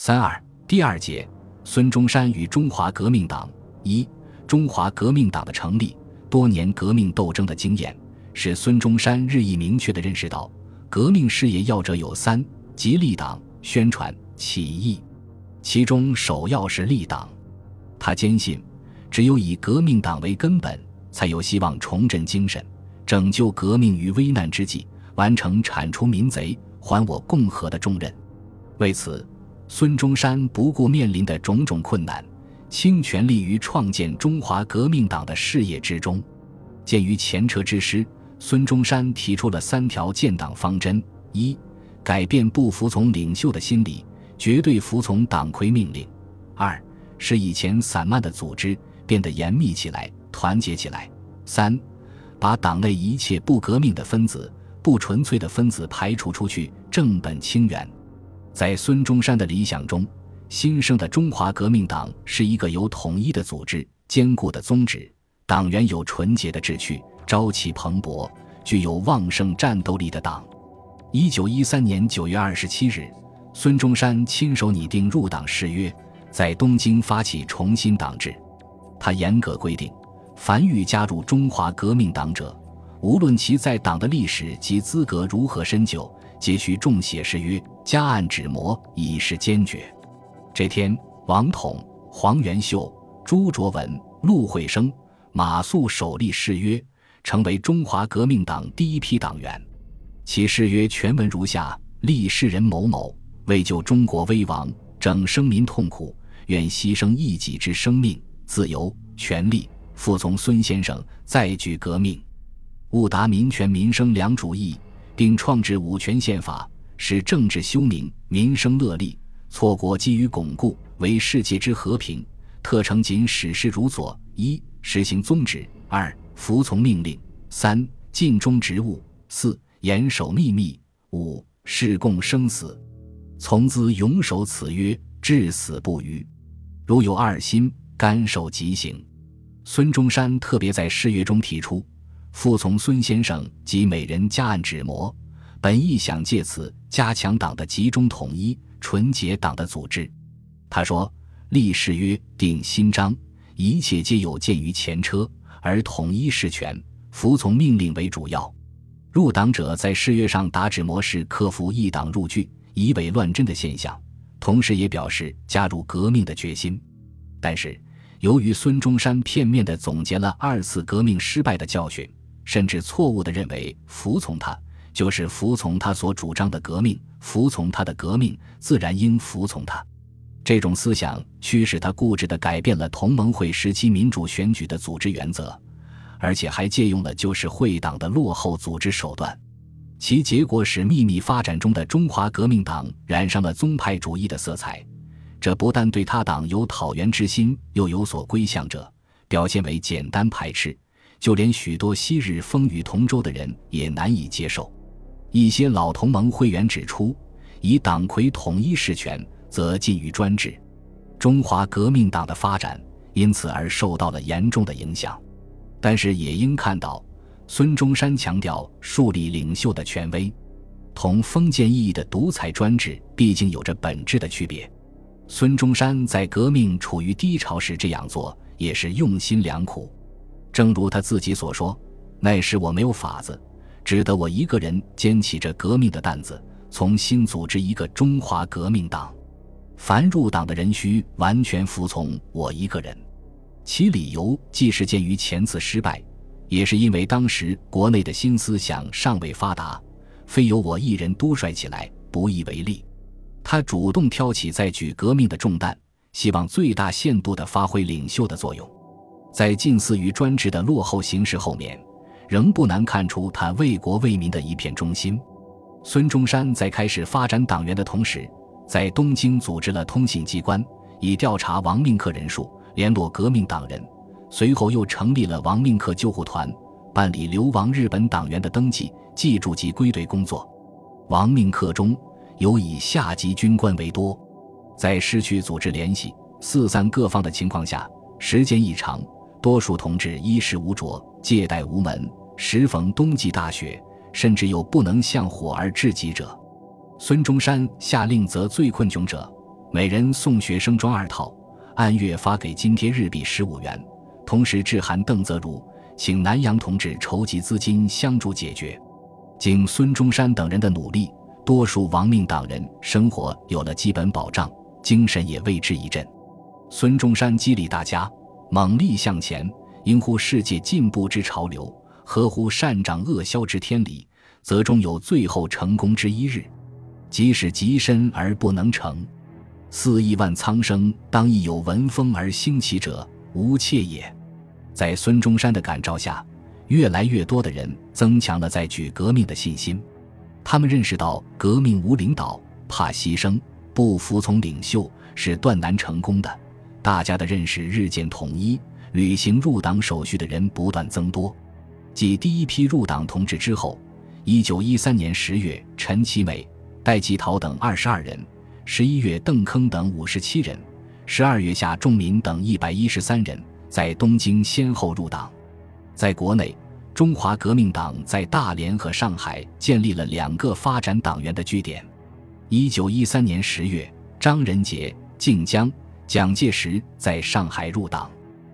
第二节，孙中山与中华革命党。中华革命党的成立，多年革命斗争的经验，使孙中山日益明确地认识到，革命事业要者有三，即立党、宣传、起义。其中首要是立党。他坚信，只有以革命党为根本，才有希望重振精神，拯救革命于危难之际，完成铲除民贼、还我共和的重任。为此，孙中山不顾面临的种种困难，倾全力于创建中华革命党的事业之中。鉴于前车之师，孙中山提出了3条建党方针：一、改变不服从领袖的心理，绝对服从党魁命令；二、使以前散漫的组织变得严密起来，团结起来；三、把党内一切不革命的分子、不纯粹的分子排除出去，正本清源。在孙中山的理想中，新生的中华革命党是一个有统一的组织、坚固的宗旨，党员有纯洁的志趣，朝气蓬勃，具有旺盛战斗力的党。1913年9月27日，孙中山亲手拟定入党誓约，在东京发起重新党制。他严格规定，凡欲加入中华革命党者，无论其在党的历史及资格如何深久，皆须重写誓约，加按纸模，以示坚决。这天，王统、黄元秀、朱卓文、陆惠生、马谡首立誓约，成为中华革命党第一批党员。其誓约全文如下：立誓人某某，为救中国危亡，拯生民痛苦，愿牺牲一己之生命、自由、权利，服从孙先生，再举革命，务达民权民生两主义，并创制五权宪法，使政治休宁，民生乐利，错国基于巩固，为世界之和平，特诚谨使事如左：一、实行宗旨；二、服从命令；三、尽忠职务；四、严守秘密；五、誓共生死。从兹永守此约，至死不渝。如有二心，甘受极刑。孙中山特别在誓约中提出，服从孙先生及每人加按纸模，本意想借此加强党的集中统一，纯洁党的组织。他说，立誓约，定新章，一切皆有鉴于前车，而统一事权，服从命令为主要。入党者在誓约上打纸模式克服一党入据、以伪乱真的现象，同时也表示加入革命的决心。但是由于孙中山片面地总结了2次革命失败的教训，甚至错误地认为服从他就是服从他所主张的革命，服从他的革命自然应服从他。这种思想驱使他固执地改变了同盟会时期民主选举的组织原则，而且还借用了旧式会党的落后组织手段。其结果使秘密发展中的中华革命党染上了宗派主义的色彩，这不但对他党有讨袁之心，又有所归向者，表现为简单排斥，就连许多昔日风雨同舟的人也难以接受。一些老同盟会员指出，以党魁统一事权，则近于专制。中华革命党的发展因此而受到了严重的影响。但是也应看到，孙中山强调树立领袖的权威，同封建意义的独裁专制毕竟有着本质的区别。孙中山在革命处于低潮时这样做，也是用心良苦。正如他自己所说，那时我没有法子，只得我一个人肩起着革命的担子，重新组织一个中华革命党。凡入党的人需完全服从我一个人。其理由既是鉴于前次失败，也是因为当时国内的新思想尚未发达，非由我一人督率起来，不易为力。他主动挑起再举革命的重担，希望最大限度地发挥领袖的作用。在近似于专制的落后形势后面，仍不难看出他为国为民的一片忠心。孙中山在开始发展党员的同时，在东京组织了通信机关，以调查亡命客人数，联络革命党人。随后又成立了亡命客救护团，办理流亡日本党员的登记、记住及归队工作。亡命客中有以下级军官为多。在失去组织联系、四散各方的情况下，时间一长，多数同志衣食无着，借贷无门，时逢冬季大雪，甚至有不能向火而致疾者。孙中山下令责最困窘者， 每人送学生装2套，按月发给津贴日币15元，同时致函邓泽如，请南洋同志筹集资金相助解决。经孙中山等人的努力，多数亡命党人生活有了基本保障，精神也为之一振。孙中山激励大家猛力向前，应乎世界进步之潮流，合乎善长恶消之天理，则终有最后成功之一日。即使极深而不能成，4亿万苍生，当亦有闻风而兴起者，无怯也。在孙中山的感召下，越来越多的人增强了在举革命的信心。他们认识到革命无领导，怕牺牲，不服从领袖是断难成功的。大家的认识日渐统一，履行入党手续的人不断增多。继第一批入党同志之后，1913年10月，陈其美、戴季陶等22人，11月邓铿等57人，12月夏仲民等113人在东京先后入党。在国内，中华革命党在大连和上海建立了2个发展党员的据点。1913年10月，张人杰、靖江、蒋介石在上海入党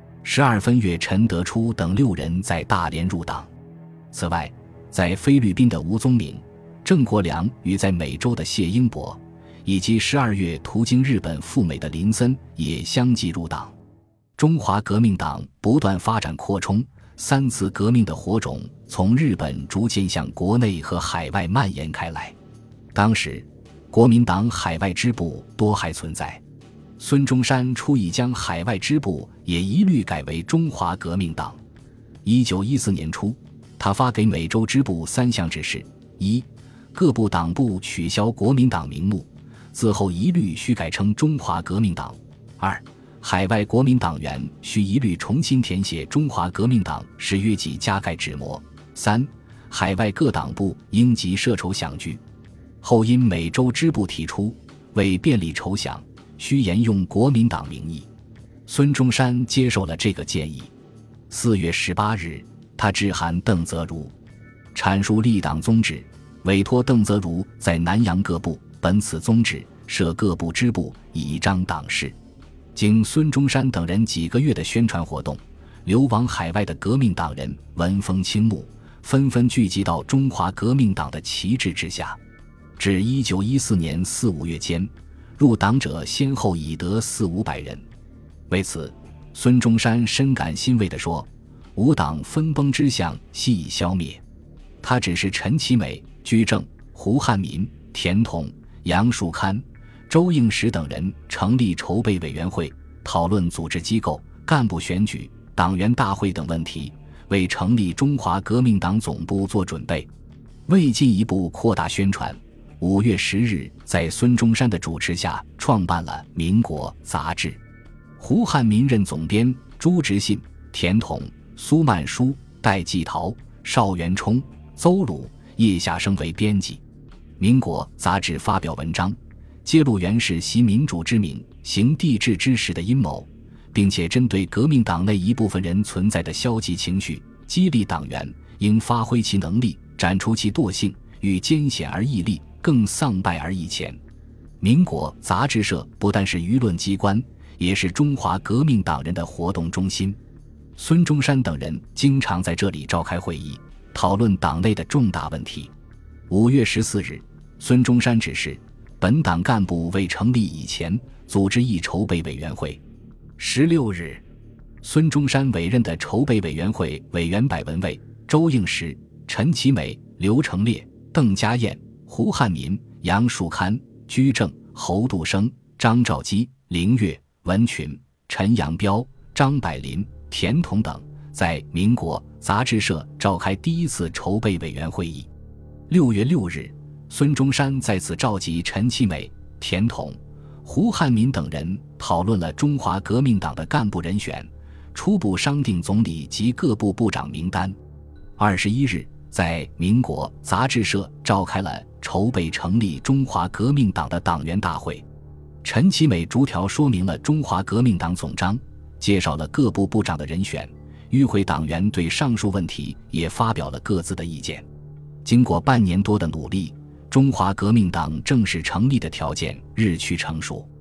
，12分月陈德初等6人在大连入党。此外，在菲律宾的吴宗敏、郑国良与在美洲的谢英伯，以及12月途经日本赴美的林森也相继入党。中华革命党不断发展扩充，3次革命的火种从日本逐渐向国内和海外蔓延开来。当时国民党海外支部多还存在，孙中山初已将海外支部也一律改为中华革命党。1914年初，他发给美洲支部3项指示： 1. 各部党部取消国民党名目，自后一律须改称中华革命党。 2. 海外国民党员需一律重新填写中华革命党是约记加盖纸模。 3. 海外各党部应即设筹饷据。后因美洲支部提出，为便利筹饷，需沿用国民党名义。孙中山接受了这个建议。4月18日，他致函邓泽如，阐述立党宗旨，委托邓泽如在南洋各部本此宗旨，设各部支部，以彰党势。经孙中山等人几个月的宣传活动，流亡海外的革命党人闻风倾慕，纷纷聚集到中华革命党的旗帜之下。至1914年4、5月间，入党者先后已得400-500人。为此，孙中山深感欣慰地说：“吾党分崩之象悉已消灭。”他指示陈其美、居正、胡汉民、田同、杨树堪、周应时等人成立筹备委员会，讨论组织机构、干部选举、党员大会等问题，为成立中华革命党总部做准备。为进一步扩大宣传，5月10日在孙中山的主持下创办了《民国》杂志。胡汉民任总编，朱执信、田同、苏曼殊、戴季陶、邵元冲、邹鲁、叶夏生为编辑。《民国》杂志发表文章，揭露袁氏习民主之名、行帝制之实的阴谋，并且针对革命党内一部分人存在的消极情绪，激励党员应发挥其能力，斩除其惰性，与艰险而毅力，更丧败而益前。民国杂志社不但是舆论机关，也是中华革命党人的活动中心。孙中山等人经常在这里召开会议，讨论党内的重大问题。5月14日，孙中山指示本党干部未成立以前，组织一筹备委员会。16日，孙中山委任的筹备委员会委员柏文蔚、周应时、陈其美、刘成烈、邓家彦、胡汉民、杨树堪、居正、侯杜生、张肇基、凌岳、文群、陈阳标、张百林、田同等在民国杂志社召开第一次筹备委员会议。6月6日，孙中山在此召集陈其美、田同、胡汉民等人讨论了中华革命党的干部人选，初步商定总理及各部部长名单。21日，在民国杂志社召开了筹备成立中华革命党的党员大会。陈其美逐条说明了中华革命党总章，介绍了各部部长的人选，与会党员对上述问题也发表了各自的意见。经过半年多的努力，中华革命党正式成立的条件日趋成熟。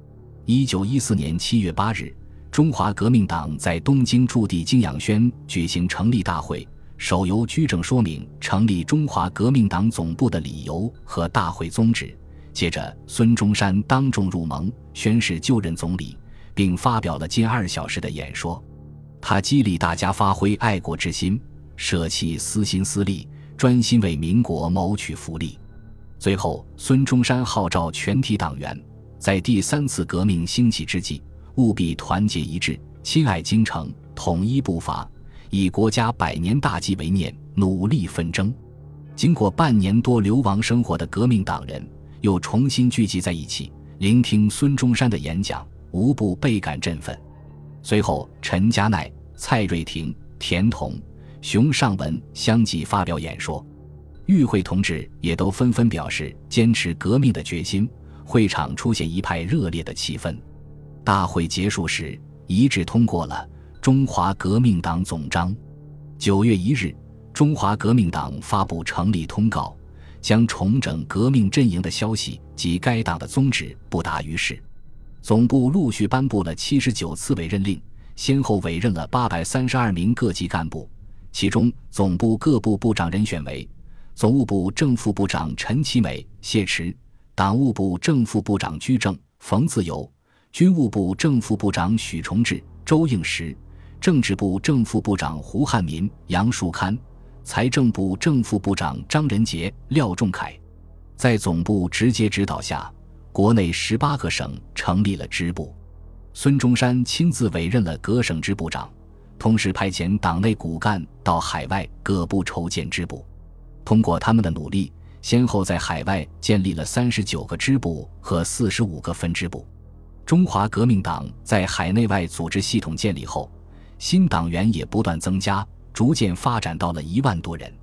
1914年7月8日，中华革命党在东京驻地经养轩举行成立大会，首由居正说明成立中华革命党总部的理由和大会宗旨。接着，孙中山当众入盟，宣誓就任总理，并发表了近2小时的演说。他激励大家发挥爱国之心，舍弃私心私利，专心为民国谋取福利。最后，孙中山号召全体党员，在第3次革命兴起之际，务必团结一致，亲爱京城，统一步伐，以国家100年大计为念，努力奋争。经过半年多流亡生活的革命党人又重新聚集在一起，聆听孙中山的演讲，无不倍感振奋。随后，陈家鼐、蔡瑞廷、田同、熊尚文相继发表演说，与会同志也都纷纷表示坚持革命的决心，会场出现一派热烈的气氛。大会结束时，一致通过了中华革命党总章。9月1日，中华革命党发布成立通告，将重整革命阵营的消息及该党的宗旨布达于世。总部陆续颁布了79次委任令，先后委任了832名各级干部，其中总部各部部长人选为总务部正副部长陈其美、谢池，党务部正副部长居正、冯自由，军务部正副部长许崇智、周应时，政治部正副部长胡汉民、杨树堪，财政部正副部长张仁杰、廖仲恺。在总部直接指导下，国内18个省成立了支部。孙中山亲自委任了各省支部长，同时派遣党内骨干到海外各部筹建支部。通过他们的努力，先后在海外建立了39个支部和45个分支部。中华革命党在海内外组织系统建立后，新党员也不断增加，逐渐发展到了1万多人。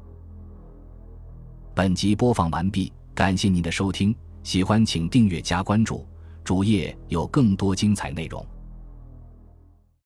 本集播放完毕，感谢您的收听，喜欢请订阅加关注，主页有更多精彩内容。